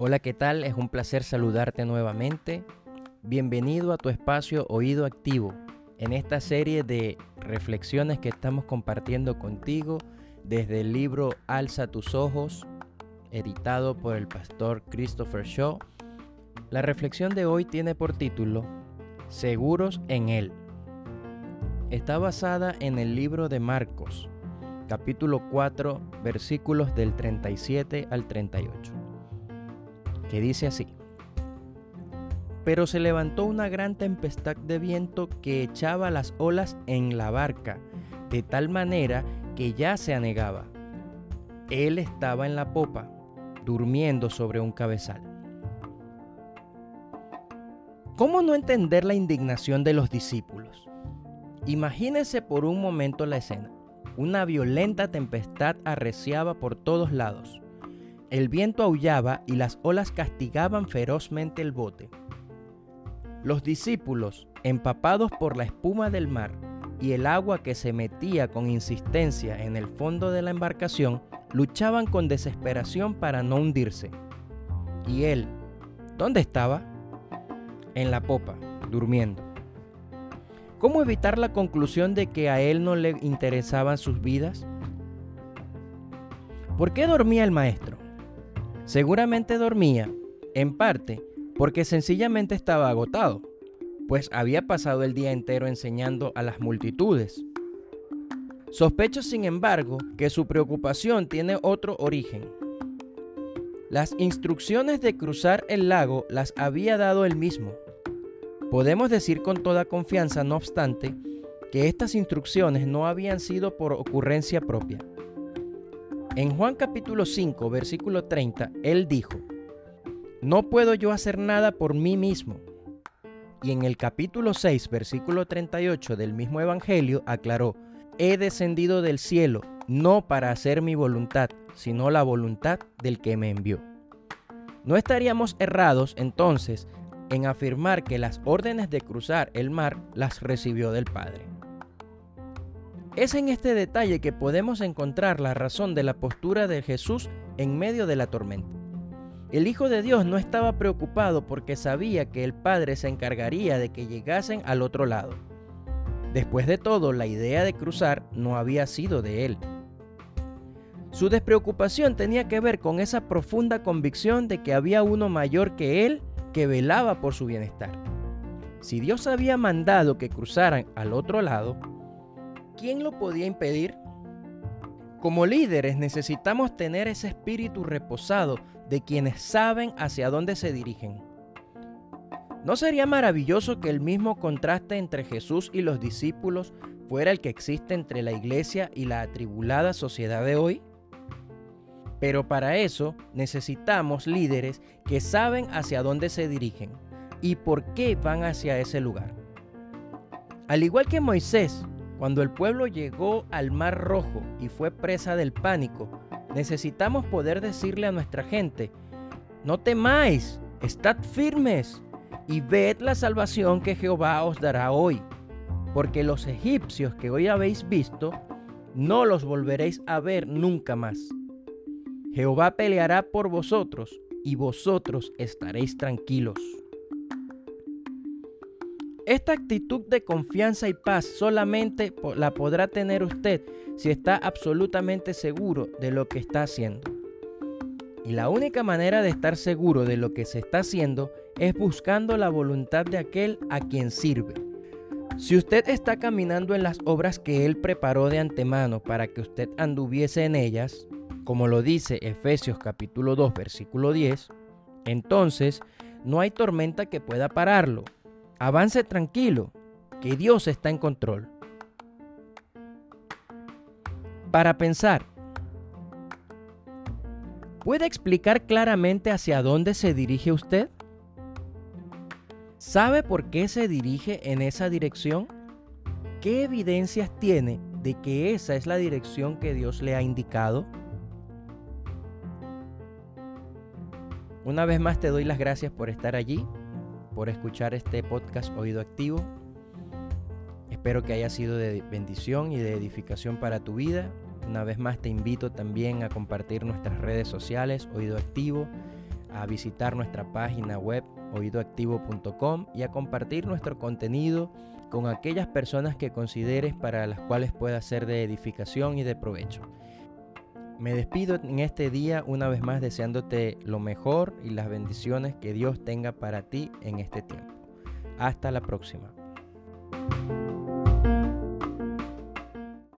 Hola, ¿qué tal? Es un placer saludarte nuevamente. Bienvenido a tu espacio Oído Activo, en esta serie de reflexiones que estamos compartiendo contigo desde el libro Alza tus ojos, editado por el pastor Christopher Shaw. La reflexión de hoy tiene por título Seguros en Él. Está basada en el libro de Marcos, capítulo 4, versículos del 37 al 38, que dice así: Pero se levantó una gran tempestad de viento que echaba las olas en la barca, de tal manera que ya se anegaba. Él estaba en la popa, durmiendo sobre un cabezal. ¿Cómo no entender la indignación de los discípulos? Imagínese por un momento la escena. Una violenta tempestad arreciaba por todos lados. El viento aullaba y las olas castigaban ferozmente el bote. Los discípulos, empapados por la espuma del mar y el agua que se metía con insistencia en el fondo de la embarcación, luchaban con desesperación para no hundirse. ¿Y él? ¿Dónde estaba? En la popa, durmiendo. ¿Cómo evitar la conclusión de que a él no le interesaban sus vidas? ¿Por qué dormía el maestro? Seguramente dormía, en parte, porque sencillamente estaba agotado, pues había pasado el día entero enseñando a las multitudes. Sospecho, sin embargo, que su preocupación tiene otro origen. Las instrucciones de cruzar el lago las había dado él mismo. Podemos decir con toda confianza, no obstante, que estas instrucciones no habían sido por ocurrencia propia. En Juan capítulo 5, versículo 30, él dijo: No puedo yo hacer nada por mí mismo. Y en el capítulo 6, versículo 38 del mismo evangelio aclaró: He descendido del cielo, no para hacer mi voluntad, sino la voluntad del que me envió. No estaríamos errados, entonces, en afirmar que las órdenes de cruzar el mar las recibió del Padre. Es en este detalle que podemos encontrar la razón de la postura de Jesús en medio de la tormenta. El Hijo de Dios no estaba preocupado porque sabía que el Padre se encargaría de que llegasen al otro lado. Después de todo, la idea de cruzar no había sido de él. Su despreocupación tenía que ver con esa profunda convicción de que había uno mayor que él que velaba por su bienestar. Si Dios había mandado que cruzaran al otro lado, ¿quién lo podía impedir? Como líderes necesitamos tener ese espíritu reposado de quienes saben hacia dónde se dirigen. ¿No sería maravilloso que el mismo contraste entre Jesús y los discípulos fuera el que existe entre la iglesia y la atribulada sociedad de hoy? Pero para eso necesitamos líderes que saben hacia dónde se dirigen y por qué van hacia ese lugar. Al igual que Moisés, cuando el pueblo llegó al Mar Rojo y fue presa del pánico, necesitamos poder decirle a nuestra gente: No temáis, estad firmes y ved la salvación que Jehová os dará hoy, porque los egipcios que hoy habéis visto, no los volveréis a ver nunca más. Jehová peleará por vosotros y vosotros estaréis tranquilos. Esta actitud de confianza y paz solamente la podrá tener usted si está absolutamente seguro de lo que está haciendo. Y la única manera de estar seguro de lo que se está haciendo es buscando la voluntad de aquel a quien sirve. Si usted está caminando en las obras que Él preparó de antemano para que usted anduviese en ellas, como lo dice Efesios capítulo 2, versículo 10, entonces no hay tormenta que pueda pararlo. Avance tranquilo, que Dios está en control. Para pensar, ¿puede explicar claramente hacia dónde se dirige usted? ¿Sabe por qué se dirige en esa dirección? ¿Qué evidencias tiene de que esa es la dirección que Dios le ha indicado? Una vez más te doy las gracias por estar allí, por escuchar este podcast Oído Activo. Espero que haya sido de bendición y de edificación para tu vida. Una vez más te invito también a compartir nuestras redes sociales, Oído Activo, a visitar nuestra página web oídoactivo.com y a compartir nuestro contenido con aquellas personas que consideres para las cuales pueda ser de edificación y de provecho. Me despido en este día una vez más deseándote lo mejor y las bendiciones que Dios tenga para ti en este tiempo. Hasta la próxima.